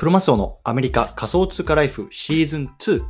クロマスオのアメリカ仮想通貨ライフシーズン2。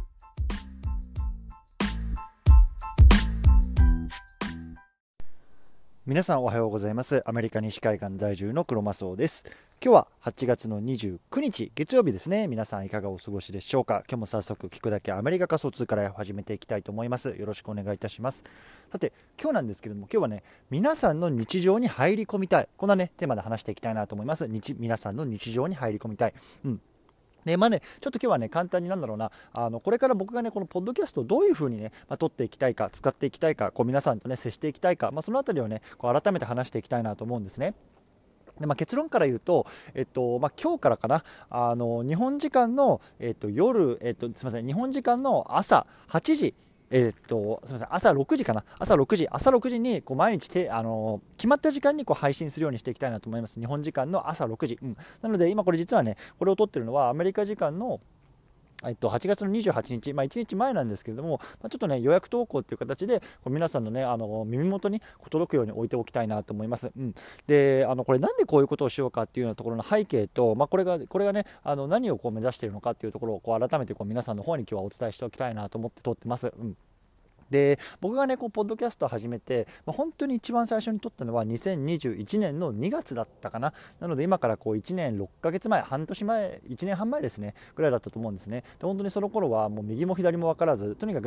皆さんおはようございます。アメリカ西海岸在住のクロマスオです。今日は8月の29日月曜日ですね。皆さんいかがお過ごしでしょうか。今日も早速聞くだけアメリカ仮想通貨ライフ始めていきたいと思います。よろしくお願いいたします。さて今日なんですけれども、今日はね、皆さんの日常に入り込みたい、こんなねテーマで話していきたいなと思います。皆さんの日常に入り込みたい。でちょっと今日はね、簡単にこれから僕がね、このポッドキャストをどういう風にね、撮っていきたいか、使っていきたいか、皆さんとね、接していきたいか、そのあたりをね、改めて話していきたいなと思うんですね。で結論から言うと、今日からかな、日本時間の、夜、すみません、日本時間の朝8時、すみません、朝6時かな、朝6時に毎日決まった時間に配信するようにしていきたいなと思います。日本時間の朝6時、なので今これ実はね、これを撮ってるのはアメリカ時間の8月の28日、1日前なんですけれども、ちょっとね、予約投稿っていう形で皆さんのね、耳元に届くように置いておきたいなと思います。でこれなんでこういうことをしようかっていうようなところの背景と、これがね、何を目指しているのかっていうところを改めて皆さんの方に今日はお伝えしておきたいなと思って撮ってます。で僕がねポッドキャストを始めて、本当に一番最初に撮ったのは2021年の2月だったかな。なので今から1年6ヶ月前、半年前、1年半前ですねぐらいだったと思うんですね。で本当にその頃はもう右も左も分からず、とにかく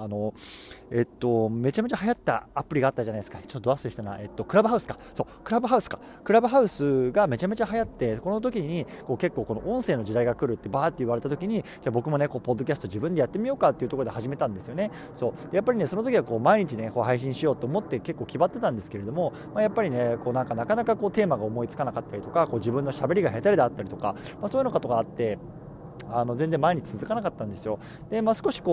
めちゃめちゃ流行ったアプリがあったじゃないですか。ちょっと忘れしたな。クラブハウスか。そう、クラブハウスがめちゃめちゃ流行って、この時に結構この音声の時代が来るってバーって言われた時に、じゃあ僕もねポッドキャスト自分でやってみようかっていうところで始めたんですよね。そうやっぱりね、その時は毎日ね配信しようと思って結構気張ってたんですけれども、やっぱりねなかなかテーマが思いつかなかったりとか、自分の喋りが下手であったりとか、そういうのとかあって全然毎日続かなかったんですよ。で、少し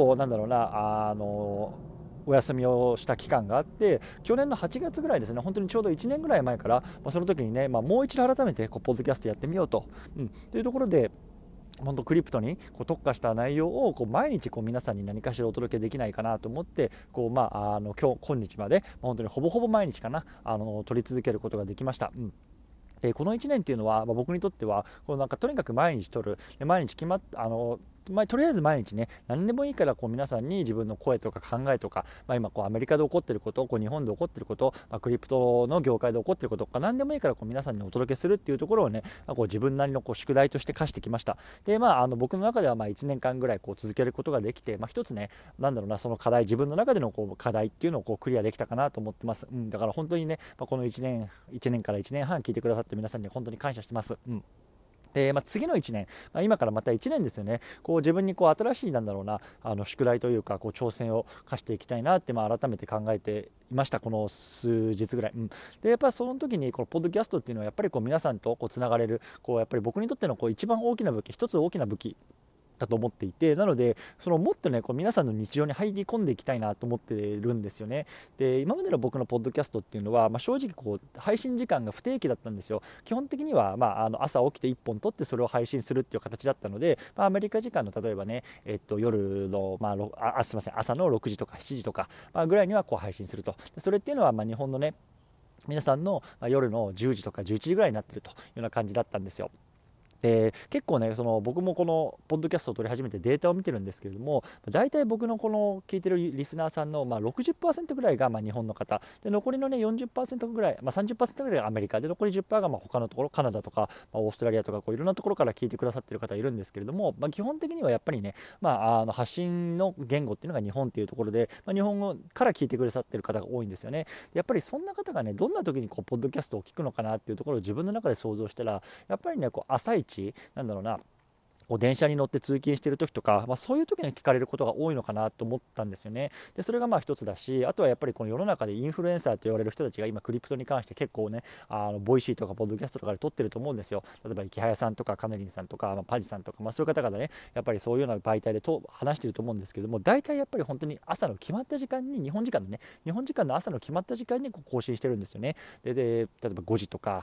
お休みをした期間があって、去年の8月ぐらいですね、本当にちょうど1年ぐらい前から、その時にね、もう一度改めてポッドキャストやってみようと、というところで、本当クリプトに特化した内容を毎日皆さんに何かしらお届けできないかなと思って、今日まで本当にほぼほぼ毎日かな撮り続けることができました。でこの1年っていうのは、僕にとってはとにかく毎日撮る、毎日決まっとりあえず毎日ね、何でもいいから皆さんに自分の声とか考えとか、今アメリカで起こっていること、日本で起こっていること、クリプトの業界で起こっていることとか、何でもいいから皆さんにお届けするっていうところをね、自分なりの宿題として課してきました。で僕の中では1年間ぐらい続けることができて、一つね、その課題、自分の中での課題っていうのをクリアできたかなと思ってます。だから本当にね、この1年から1年半聞いてくださって皆さんに本当に感謝してます。で次の1年、今からまた1年ですよね。自分に新しい宿題というか挑戦を課していきたいなって改めて考えていました、この数日ぐらい。でやっぱりその時にポッドキャストっていうのはやっぱり皆さんとつながれるやっぱり僕にとっての一番大きな武器、一つ大きな武器だと思っていて、なのでもっとね皆さんの日常に入り込んでいきたいなと思ってるんですよね。で今までの僕のポッドキャストっていうのは、正直配信時間が不定期だったんですよ。基本的には、朝起きて1本撮ってそれを配信するっていう形だったので、アメリカ時間の例えばね、夜の、すいません、朝の6時とか7時とか、ぐらいには配信すると。それっていうのは、日本のね皆さんの夜の10時とか11時ぐらいになってるというような感じだったんですよ。で結構ね僕もこのポッドキャストを取り始めてデータを見てるんですけれども、大体僕の聞いてるリスナーさんの、60% ぐらいが日本の方で、残りのね 40% ぐらい、30% ぐらいがアメリカで、残り 10% が他のところ、カナダとか、オーストラリアとかいろんなところから聞いてくださってる方いるんですけれども、基本的にはやっぱりね、発信の言語っていうのが日本っていうところで、日本語から聞いてくださってる方が多いんですよね。やっぱりそんな方がね、どんな時にポッドキャストを聞くのかなっていうところを自分の中で想像したら、やっぱりね朝一電車に乗って通勤している時とか、そういう時に聞かれることが多いのかなと思ったんですよね。でそれが一つだし、あとはやっぱりこの世の中でインフルエンサーと言われる人たちが今クリプトに関して結構ね、ボイシーとかポッドキャストとかで撮ってると思うんですよ。例えば池早さんとかカネリンさんとか、パジさんとか、そういう方々ね、やっぱりそういうような媒体で話してると思うんですけども、大体やっぱり本当に朝の決まった時間に、日本時間の朝の決まった時間に更新してるんですよね。で例えば5時とか、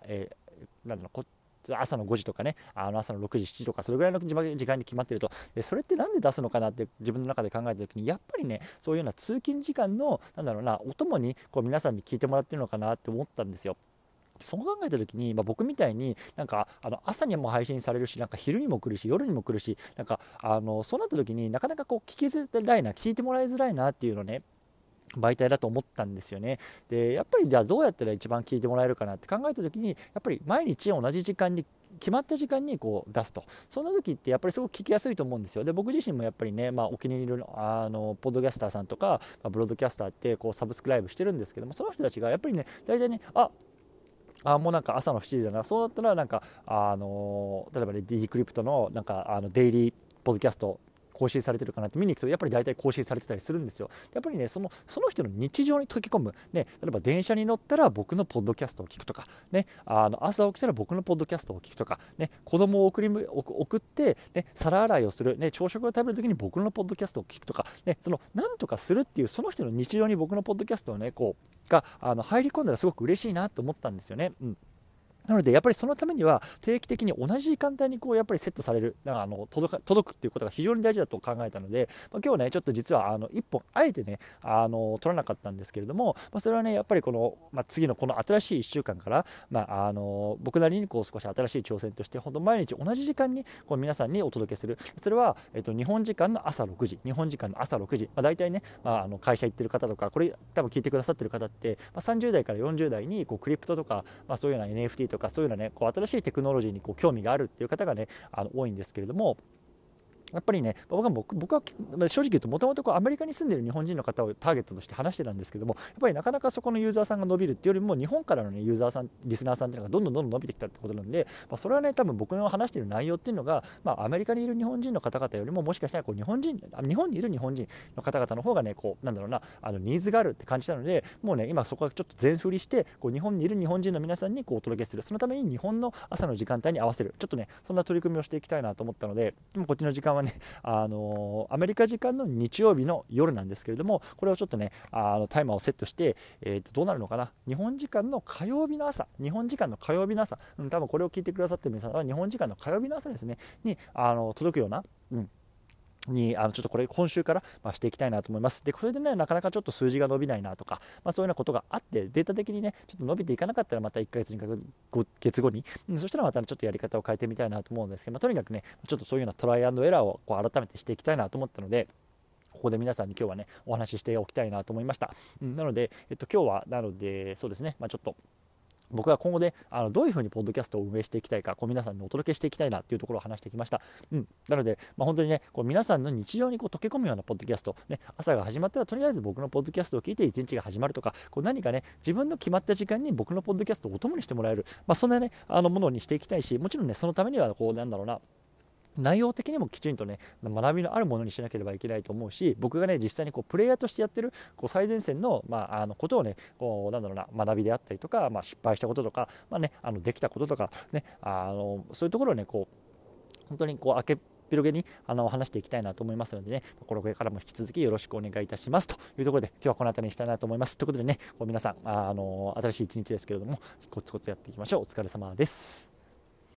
朝の5時とかね、朝の6時7時とかそれぐらいの時間に決まっていると。でそれってなんで出すのかなって自分の中で考えた時に、やっぱりねそういうような通勤時間のお供に皆さんに聞いてもらってるのかなって思ったんですよ。 そう考えた時に、僕みたいになんか朝にも配信されるし、なんか昼にも来るし夜にも来るし、なんかそうなった時になかなかこう聞いてもらいづらいなっていうのね、媒体だと思ったんですよね。でやっぱりじゃあどうやったら一番聞いてもらえるかなって考えた時に、やっぱり毎日同じ時間に決まった時間にこう出すと、そんな時ってやっぱりすごく聞きやすいと思うんですよ。で僕自身もやっぱりね、お気に入りのポッドキャスターさんとか、ブロードキャスターってこうサブスクライブしてるんですけども、その人たちがやっぱりね大体ねもうなんか朝の7時だな、そうだったらなんか例えばね D クリプトのなんかデイリーポッドキャスト更新されてるかなって見に行くと、やっぱり大体更新されてたりするんですよ。やっぱりねその人の日常に溶け込む、ね、例えば電車に乗ったら僕のポッドキャストを聞くとか、ね、朝起きたら僕のポッドキャストを聞くとか、ね、子供を送って、ね、皿洗いをする、ね、朝食を食べるときに僕のポッドキャストを聞くとか、ね、なんとかするっていうその人の日常に僕のポッドキャストをねが入り込んだらすごく嬉しいなと思ったんですよね。なのでやっぱりそのためには定期的に同じ時間帯にやっぱりセットされる、届くっていうことが非常に大事だと考えたので、今日ねちょっと実は1本あえてね取らなかったんですけれども、それはねやっぱり次のこの新しい1週間から、僕なりに少し新しい挑戦として、本当毎日同じ時間に皆さんにお届けする。それは、日本時間の朝6時、大体ね、会社行ってる方とか、これ多分聞いてくださってる方って、30代から40代にクリプトとか、そういうような NFT とかそういうようなね新しいテクノロジーに興味があるっていう方がね多いんですけれども、やっぱりね僕は正直言うともともとアメリカに住んでいる日本人の方をターゲットとして話してたんですけども、やっぱりなかなかそこのユーザーさんが伸びるっていうよりも、日本からの、ね、ユーザーさんリスナーさんっていうのがどんどん伸びてきたってことなんで、それはね多分僕の話している内容っていうのが、アメリカにいる日本人の方々よりももしかしたら日本にいる日本人の方々の方がねなんだろうなニーズがあるって感じたので、もうね今そこはちょっと全振りして日本にいる日本人の皆さんにお届けする。そのために日本の朝の時間帯に合わせる、ちょっとねそんな取り組みをしていきたいなと思ったので、こっちの時間はねアメリカ時間の日曜日の夜なんですけれども、これをちょっとねタイマーをセットして、どうなるのかな、日本時間の火曜日の朝、多分これを聞いてくださってる皆さんは日本時間の火曜日の朝ですねに届くような、ちょっとこれ今週からしていきたいなと思います。でこれでねなかなかちょっと数字が伸びないなとか、そういうようなことがあって、データ的にねちょっと伸びていかなかったら、また1ヶ月2ヶ月後に、そしたらまたちょっとやり方を変えてみたいなと思うんですけど、とにかくねちょっとそういうようなトライアンドエラーを改めてしていきたいなと思ったので、ここで皆さんに今日はねお話ししておきたいなと思いました。なので、今日はそうですね、ちょっと僕が今後でどういうふうにポッドキャストを運営していきたいか、皆さんにお届けしていきたいなというところを話してきました。なので、本当にね皆さんの日常に溶け込むようなポッドキャスト、朝が始まったらとりあえず僕のポッドキャストを聞いて一日が始まるとか、何かね自分の決まった時間に僕のポッドキャストをお供にしてもらえる、そんなねものにしていきたいし、もちろんねそのためには内容的にもきちんとね学びのあるものにしなければいけないと思うし、僕がね実際にプレイヤーとしてやってる最前線の、ことをね学びであったりとか、失敗したこととか、できたこととかねそういうところをね本当に明け広げに話していきたいなと思いますのでね、これからも引き続きよろしくお願いいたしますというところで、今日はこの辺りにしたいなと思います。ということでね皆さん新しい一日ですけれどもコツコツやっていきましょう。お疲れ様です。